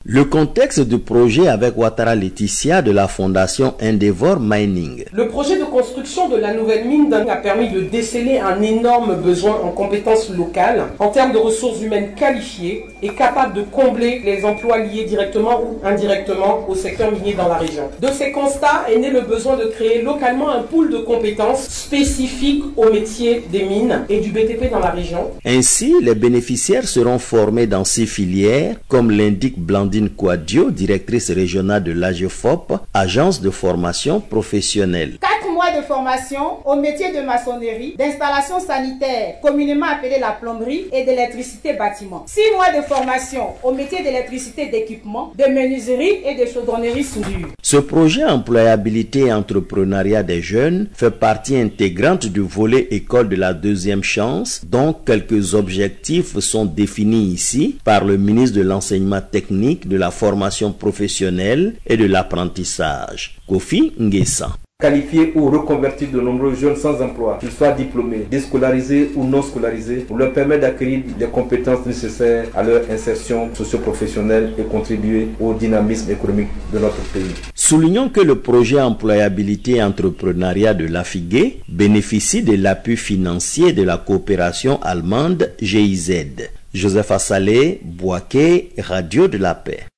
Le contexte du projet avec Ouattara Laetitia de la fondation Endeavor Mining. Le projet de construction de la nouvelle mine a permis de déceler un énorme besoin en compétences locales, en termes de ressources humaines qualifiées et capables de combler les emplois liés directement ou indirectement au secteur minier dans la région. De ces constats est né le besoin de créer localement un pool de compétences spécifiques au métier des mines et du BTP dans la région. Ainsi, les bénéficiaires seront formés dans ces filières, comme l'indique Blandine Kouadio, directrice régionale de l'AGEFOP, agence de formation professionnelle. 4 mois de formation au métier de maçonnerie, d'installation sanitaire, communément appelée la plomberie, et d'électricité bâtiment. 6 mois de formation au métier d'électricité d'équipement, de menuiserie et de chaudronnerie soudure. Ce projet employabilité et entrepreneuriat des jeunes fait partie intégrante du volet école de la deuxième chance, dont quelques objectifs sont définis ici par le ministre de l'enseignement technique, de la formation professionnelle et de l'apprentissage, Kofi Nguessa. Qualifier ou reconvertir de nombreux jeunes sans emploi, qu'ils soient diplômés, déscolarisés ou non scolarisés, pour leur permettre d'acquérir les compétences nécessaires à leur insertion socio-professionnelle et contribuer au dynamisme économique de notre pays. Soulignons que le projet employabilité et entrepreneuriat de l'AFIGE bénéficie de l'appui financier de la coopération allemande GIZ. Joseph Assalé, Bouaké, Radio de la Paix.